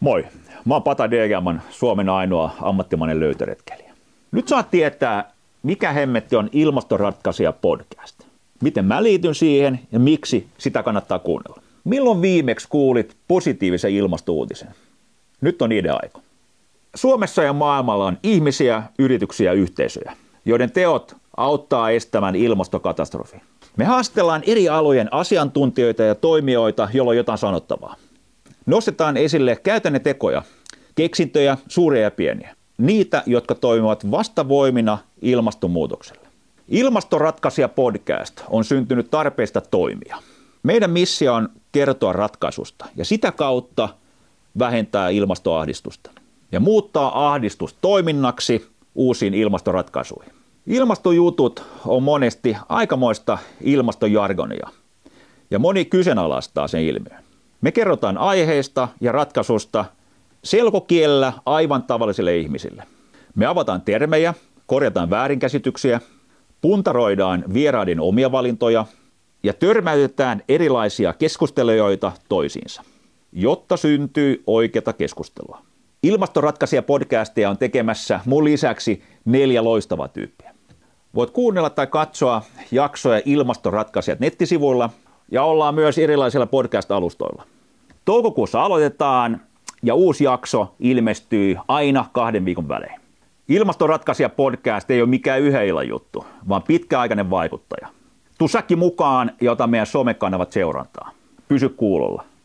Moi, mä oon Pata Degerman, Suomen ainoa ammattimainen löytöretkeilijä. Nyt saat tietää, mikä hemmetti on Ilmastoratkaisija podcast. Miten mä liityn siihen ja miksi sitä kannattaa kuunnella. Milloin viimeksi kuulit positiivisen ilmastouutisen? Nyt on niiden aika. Suomessa ja maailmalla on ihmisiä, yrityksiä ja yhteisöjä, joiden teot auttaa estämään ilmastokatastrofin. Me haastellaan eri alojen asiantuntijoita ja toimijoita, joilla on jotain sanottavaa. Nostetaan esille käytännön tekoja, keksintöjä, suuria ja pieniä. Niitä, jotka toimivat vastavoimina ilmastonmuutokselle. Ilmastoratkaisija podcast on syntynyt tarpeesta toimia. Meidän missio on kertoa ratkaisusta ja sitä kautta vähentää ilmastoahdistusta ja muuttaa ahdistus toiminnaksi uusiin ilmastoratkaisuihin. Ilmastojutut on monesti aikamoista ilmastojargonia ja moni kyseenalaistaa sen ilmiön. Me kerrotaan aiheesta ja ratkaisusta selkokielellä aivan tavallisille ihmisille. Me avataan termejä, korjataan väärinkäsityksiä, puntaroidaan vieraiden omia valintoja ja törmäytetään erilaisia keskustelijoita toisiinsa, jotta syntyy oikeata keskustelua. Ilmastoratkaisija podcastia on tekemässä mun lisäksi 4 loistavaa tyyppiä. Voit kuunnella tai katsoa jaksoja Ilmastoratkaisijat nettisivuilla ja ollaan myös erilaisilla podcast-alustoilla. Toukokuussa aloitetaan ja uusi jakso ilmestyy aina 2 viikon välein. Ilmastoratkaisija podcast ei ole mikään yhden illan juttu, vaan pitkäaikainen vaikuttaja. Tuu säkin mukaan ja ota meidän somekanavat seurantaa. Pysy kuulolla.